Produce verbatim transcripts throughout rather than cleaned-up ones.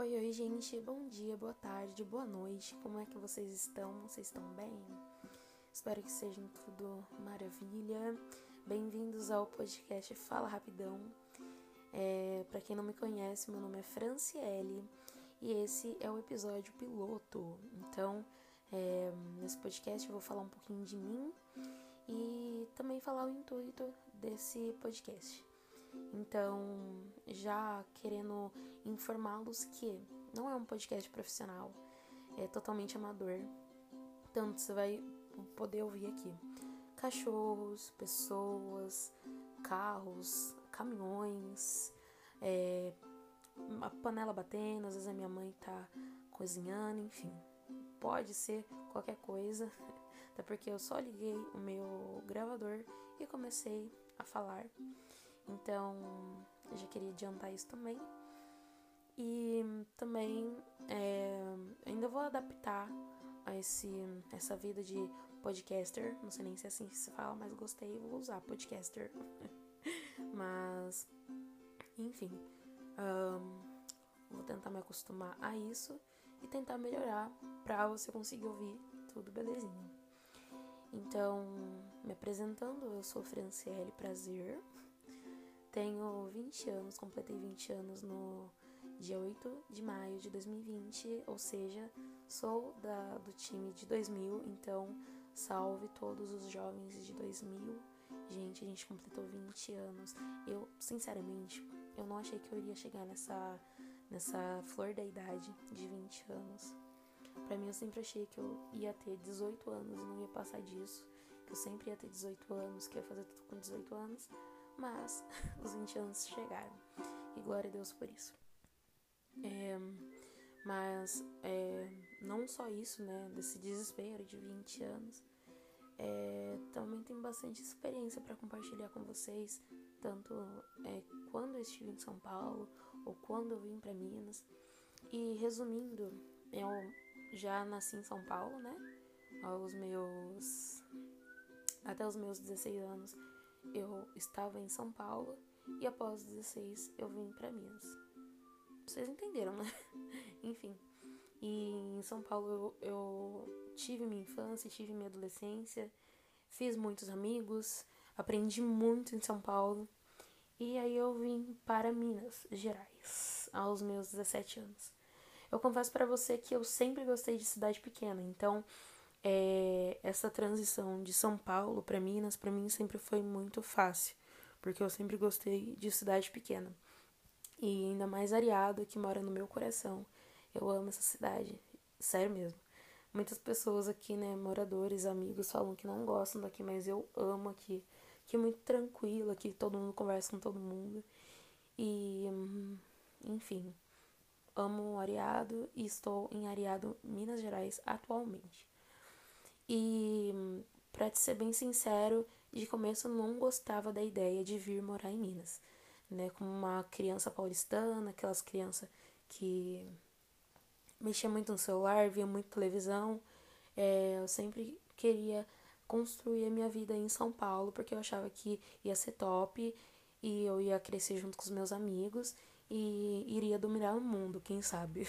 Oi, oi, gente. Bom dia, boa tarde, boa noite. Como é que vocês estão? Vocês estão bem? Espero que sejam tudo maravilha. Bem-vindos ao podcast Fala Rapidão. É, para quem não me conhece, meu nome é Franciele e esse é o episódio piloto. Então, é, nesse podcast eu vou falar um pouquinho de mim e também falar o intuito desse podcast. Então, já querendo informá-los que não é um podcast profissional, é totalmente amador. Tanto você vai poder ouvir aqui cachorros, pessoas, carros, caminhões, é, a panela batendo, às vezes a minha mãe tá cozinhando, enfim. Pode ser qualquer coisa, até porque eu só liguei o meu gravador e comecei a falar. Então, eu já queria adiantar isso também. E também é, ainda vou adaptar a esse, essa vida de podcaster. Não sei nem se é assim que se fala, mas gostei, vou usar podcaster. Mas, enfim, um, vou tentar me acostumar a isso e tentar melhorar pra você conseguir ouvir tudo belezinha. Então, me apresentando, eu sou Franciele Prazer. Tenho vinte anos, completei vinte anos no dia oito de maio de dois mil e vinte, ou seja, sou da, do time de dois mil, então salve todos os jovens de dois mil. Gente, a gente completou vinte anos. Eu, sinceramente, eu não achei que eu iria chegar nessa, nessa flor da idade de vinte anos. Pra mim, eu sempre achei que eu ia ter dezoito anos e não ia passar disso, que eu sempre ia ter dezoito anos, que eu ia fazer tudo com dezoito anos. Mas os vinte anos chegaram e glória a Deus por isso. É, mas é, não só isso, né, desse desespero de vinte anos, é, também tenho bastante experiência para compartilhar com vocês, tanto é, quando eu estive em São Paulo ou quando eu vim para Minas. E resumindo, eu já nasci em São Paulo, né, aos meus até os meus dezesseis anos. Eu estava em São Paulo e após dezesseis eu vim para Minas. Vocês entenderam, né? Enfim. E em São Paulo eu, eu tive minha infância, tive minha adolescência, fiz muitos amigos, aprendi muito em São Paulo. E aí eu vim para Minas Gerais aos meus dezessete anos. Eu confesso para você que eu sempre gostei de cidade pequena, então É, essa transição de São Paulo para Minas, para mim sempre foi muito fácil, porque eu sempre gostei de cidade pequena. E ainda mais Areado, que mora no meu coração. Eu amo essa cidade, sério mesmo. Muitas pessoas aqui, né, moradores, amigos, falam que não gostam daqui, mas eu amo aqui. Aqui é muito tranquilo, aqui todo mundo conversa com todo mundo. E, enfim, amo Areado e estou em Areado, Minas Gerais, atualmente. E, pra te ser bem sincero, de começo eu não gostava da ideia de vir morar em Minas, né? Como uma criança paulistana, aquelas crianças que mexia muito no celular, via muito televisão, é, eu sempre queria construir a minha vida em São Paulo, porque eu achava que ia ser top e eu ia crescer junto com os meus amigos e iria dominar o mundo, quem sabe.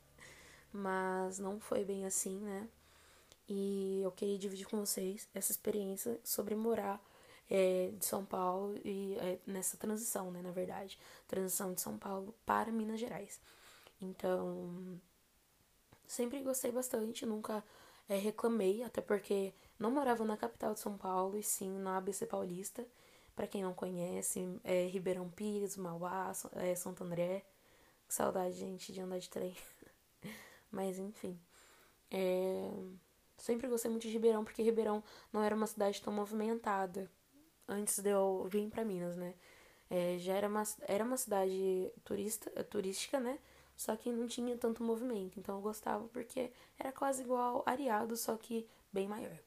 Mas não foi bem assim, né? E eu queria dividir com vocês essa experiência sobre morar é, de São Paulo e é, nessa transição, né, na verdade, transição de São Paulo para Minas Gerais. Então, sempre gostei bastante, nunca é, reclamei, até porque não morava na capital de São Paulo, e sim na A B C Paulista. Para quem não conhece, é Ribeirão Pires, Mauá, é, Santo André. Que saudade, gente, de andar de trem. Mas, enfim. É... Sempre gostei muito de Ribeirão, porque Ribeirão não era uma cidade tão movimentada antes de eu vir para Minas, né? É, já era uma, era uma cidade turista, turística, né? Só que não tinha tanto movimento. Então eu gostava porque era quase igual Areado, só que bem maior.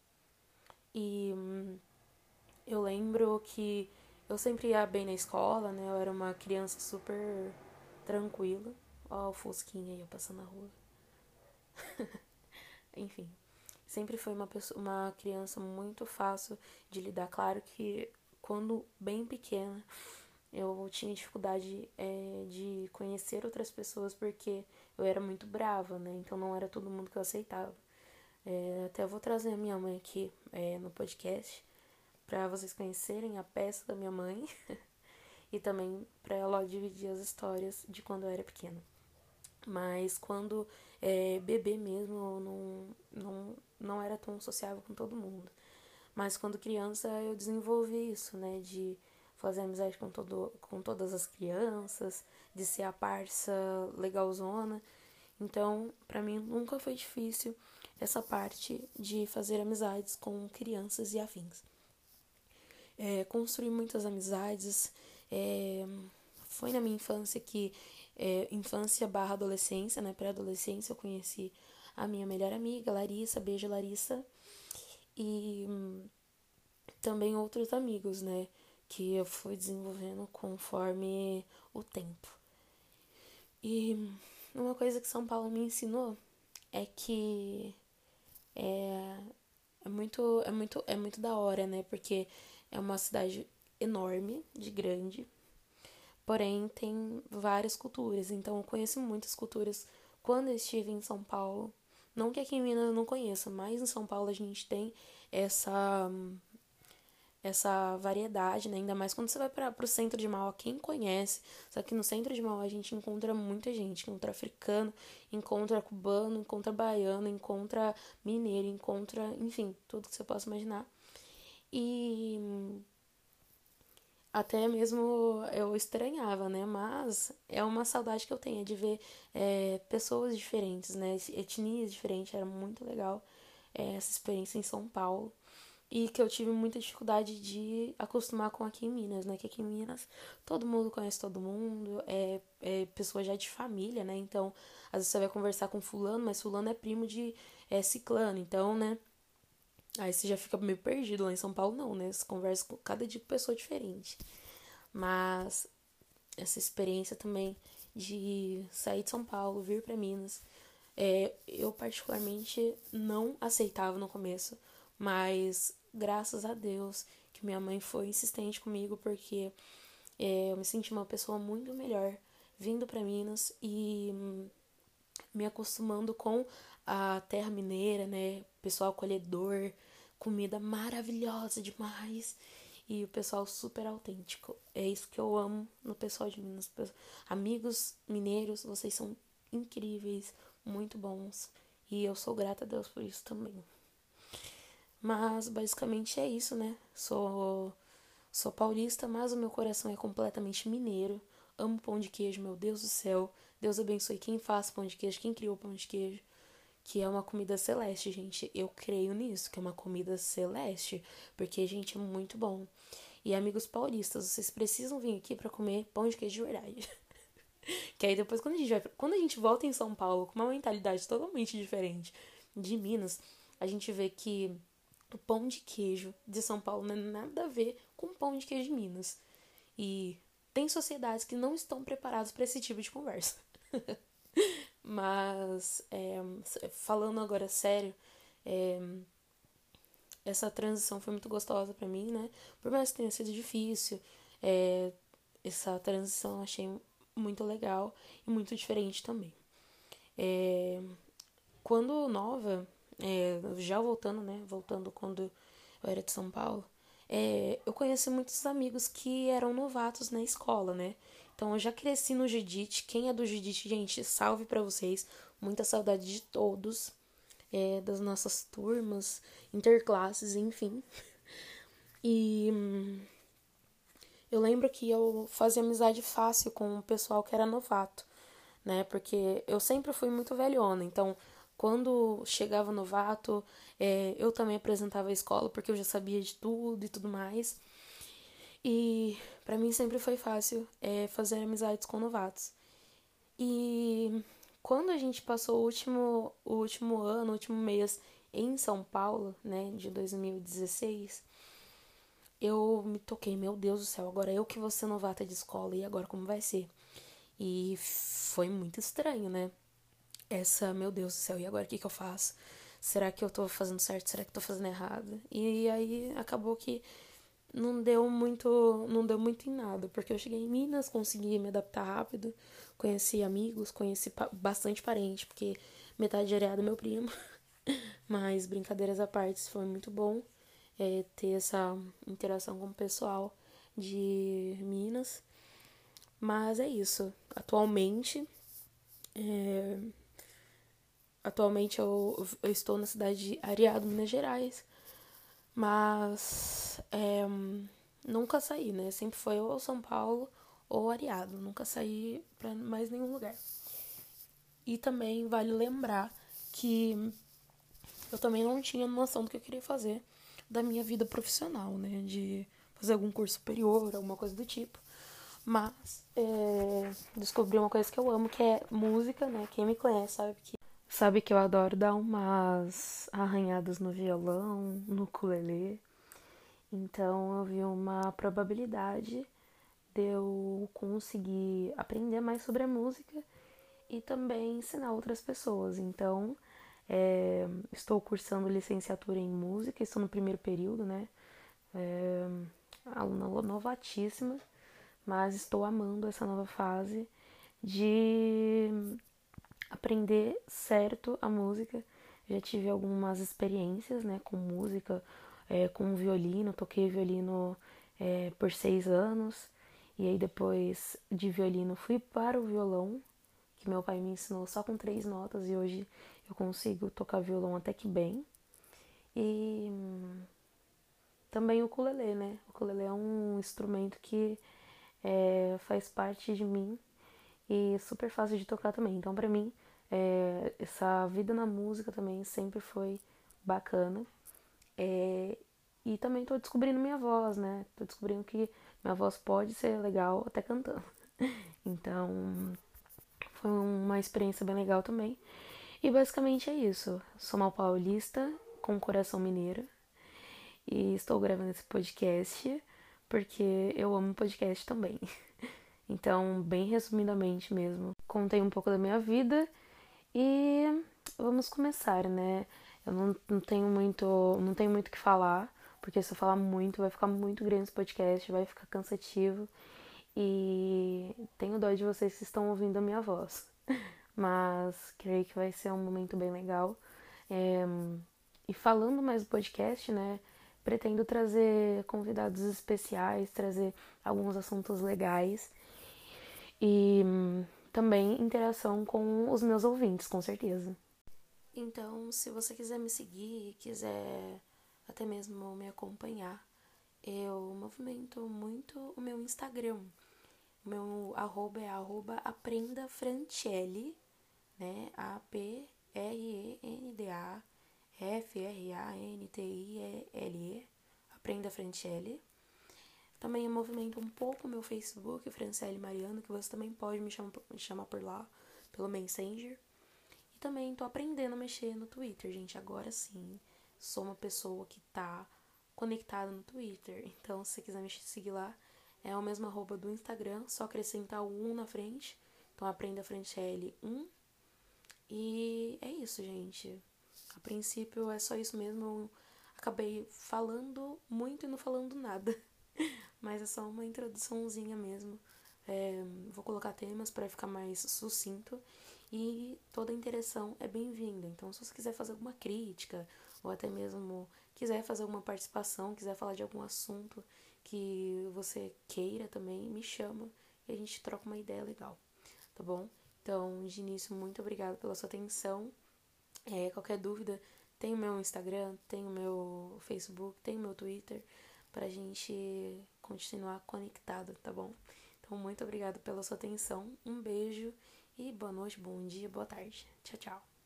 E hum, eu lembro que eu sempre ia bem na escola, né? Eu era uma criança super tranquila. Ó, o Fusquinha aí passando na rua. Enfim. Sempre foi uma, pessoa, uma criança muito fácil de lidar. Claro que quando bem pequena eu tinha dificuldade é, de conhecer outras pessoas porque eu era muito brava, né? Então não era todo mundo que eu aceitava. É, até vou trazer a minha mãe aqui é, no podcast para vocês conhecerem a peça da minha mãe e também para ela dividir as histórias de quando eu era pequena. Mas quando é, bebê mesmo, eu não, não, não era tão sociável com todo mundo. Mas quando criança eu desenvolvi isso, né? De fazer amizade com, todo, com todas as crianças, de ser a parça legalzona. Então, pra mim nunca foi difícil essa parte de fazer amizades com crianças e afins. É, construí muitas amizades. É, foi na minha infância que, é, infância barra adolescência, né? Pré-adolescência, eu conheci a minha melhor amiga, Larissa, beijo Larissa. E hum, também outros amigos, né? Que eu fui desenvolvendo conforme o tempo. E uma coisa que São Paulo me ensinou é que é, é muito, é muito, é muito da hora, né? Porque é uma cidade enorme, de grande, porém tem várias culturas. Então eu conheço muitas culturas quando eu estive em São Paulo. Não que aqui em Minas eu não conheça, mas em São Paulo a gente tem essa essa variedade, né? Ainda mais quando você vai para o centro de Mauá, quem conhece. Só que no centro de Mauá a gente encontra muita gente, encontra africano, encontra cubano, encontra baiano, encontra mineiro, encontra, enfim, tudo que você possa imaginar. E até mesmo eu estranhava, né? Mas é uma saudade que eu tenho de ver é, pessoas diferentes, né? Etnias diferentes, era muito legal é, essa experiência em São Paulo. E que eu tive muita dificuldade de acostumar com aqui em Minas, né? Que aqui em Minas todo mundo conhece todo mundo, é, é pessoa já de família, né? Então, às vezes você vai conversar com fulano, mas fulano é primo de é, ciclano, então, né? Aí você já fica meio perdido. Lá em São Paulo não, né? Você conversa com cada dia com pessoa diferente. Mas essa experiência também de sair de São Paulo, vir para Minas, é, eu particularmente não aceitava no começo, mas graças a Deus que minha mãe foi insistente comigo, porque é, eu me senti uma pessoa muito melhor vindo para Minas e hum, me acostumando com a terra mineira, né? Pessoal acolhedor, comida maravilhosa demais e o pessoal super autêntico. É isso que eu amo no pessoal de Minas. Amigos mineiros, vocês são incríveis, muito bons e eu sou grata a Deus por isso também. Mas basicamente é isso, né? Sou sou paulista, mas o meu coração é completamente mineiro. Amo pão de queijo, meu Deus do céu. Deus abençoe quem faz pão de queijo, quem criou pão de queijo. Que é uma comida celeste, gente. Eu creio nisso, que é uma comida celeste. Porque, gente, é muito bom. E amigos paulistas, vocês precisam vir aqui pra comer pão de queijo de verdade. Que aí depois, quando a gente vai, quando a gente volta em São Paulo com uma mentalidade totalmente diferente de Minas, a gente vê que o pão de queijo de São Paulo não é nada a ver com o pão de queijo de Minas. E tem sociedades que não estão preparadas para esse tipo de conversa. Mas, é, falando agora sério, é, essa transição foi muito gostosa pra mim, né? Por mais que tenha sido difícil, é, essa transição eu achei muito legal e muito diferente também. É, quando nova, é, já voltando, né? Voltando quando eu era de São Paulo, é, eu conheci muitos amigos que eram novatos na escola, né? Então eu já cresci no Judite. Quem é do Judite, gente, salve pra vocês. Muita saudade de todos, é, das nossas turmas, interclasses, enfim. E hum, eu lembro que eu fazia amizade fácil com o pessoal que era novato, né? Porque eu sempre fui muito velhona, então quando chegava novato, é, eu também apresentava a escola porque eu já sabia de tudo e tudo mais. E pra mim sempre foi fácil é, fazer amizades com novatos. E quando a gente passou o último, o último ano, o último mês em São Paulo, né, de dois mil e dezesseis, eu me toquei, meu Deus do céu, agora eu que vou ser novata de escola, e agora como vai ser? E foi muito estranho, né? Essa, meu Deus do céu, e agora o que, que eu faço? Será que eu tô fazendo certo? Será que eu tô fazendo errado? E aí acabou que não deu muito, não deu muito em nada, porque eu cheguei em Minas, consegui me adaptar rápido, conheci amigos, conheci pa- bastante parente, porque metade era do meu primo, mas brincadeiras à parte, foi muito bom é, ter essa interação com o pessoal de Minas. Mas é isso. Atualmente, é, atualmente eu, eu estou na cidade de Areado, Minas Gerais, mas é, nunca saí, né? Sempre foi ou São Paulo ou Areado, nunca saí para mais nenhum lugar. E também vale lembrar que eu também não tinha noção do que eu queria fazer da minha vida profissional, né? De fazer algum curso superior, alguma coisa do tipo. Mas é, descobri uma coisa que eu amo, que é música, né? Quem me conhece sabe que, sabe que eu adoro dar umas arranhadas no violão, no ukulele. Então eu vi uma probabilidade de eu conseguir aprender mais sobre a música e também ensinar outras pessoas. Então, é, estou cursando licenciatura em música, estou no primeiro período, né? É, aluna novatíssima, mas estou amando essa nova fase de aprender certo a música. Já tive algumas experiências, né, com música, é, com violino, toquei violino é, por seis anos, e aí depois de violino fui para o violão, que meu pai me ensinou só com três notas, e hoje eu consigo tocar violão até que bem. E hum, também o ukulele, né? O ukulele é um instrumento que é, faz parte de mim e super fácil de tocar também. Então, pra mim, é, essa vida na música também sempre foi bacana. É, e também tô descobrindo minha voz, né? Tô descobrindo que minha voz pode ser legal até cantando. Então, foi uma experiência bem legal também. E basicamente é isso. Sou uma paulista com coração mineiro e estou gravando esse podcast porque eu amo podcast também. Então, bem resumidamente mesmo, contei um pouco da minha vida e vamos começar, né? Eu não, não tenho muito, não tenho muito o que falar, porque se eu falar muito vai ficar muito grande esse podcast, vai ficar cansativo e tenho dó de vocês que estão ouvindo a minha voz. Mas creio que vai ser um momento bem legal. É, e falando mais do podcast, né? Pretendo trazer convidados especiais, trazer alguns assuntos legais e hum, também interação com os meus ouvintes, com certeza. Então, se você quiser me seguir, quiser até mesmo me acompanhar, eu movimento muito o meu Instagram. O meu arroba é arroba aprendafrancelli, né? A P R E N D A F R A N T I E L E, Aprenda Francelli. Também eu movimento um pouco o meu Facebook, Franciele Mariano, que você também pode me chamar, me chamar por lá, pelo Messenger. E também tô aprendendo a mexer no Twitter, gente. Agora sim, sou uma pessoa que tá conectada no Twitter. Então, se você quiser me seguir lá, é o mesmo arroba do Instagram, só acrescentar o um na frente. Então, Aprenda Franciele um. E é isso, gente. A princípio é só isso mesmo. Eu acabei falando muito e não falando nada. Mas é só uma introduçãozinha mesmo. É, vou colocar temas para ficar mais sucinto. E toda interação é bem-vinda. Então, se você quiser fazer alguma crítica, ou até mesmo quiser fazer alguma participação, quiser falar de algum assunto que você queira também, me chama e a gente troca uma ideia legal, tá bom? Então, de início, muito obrigada pela sua atenção. É, qualquer dúvida, tem o meu Instagram, tem o meu Facebook, tem o meu Twitter, pra gente continuar conectado, tá bom? Então, muito obrigada pela sua atenção, um beijo e boa noite, bom dia, boa tarde. Tchau, tchau.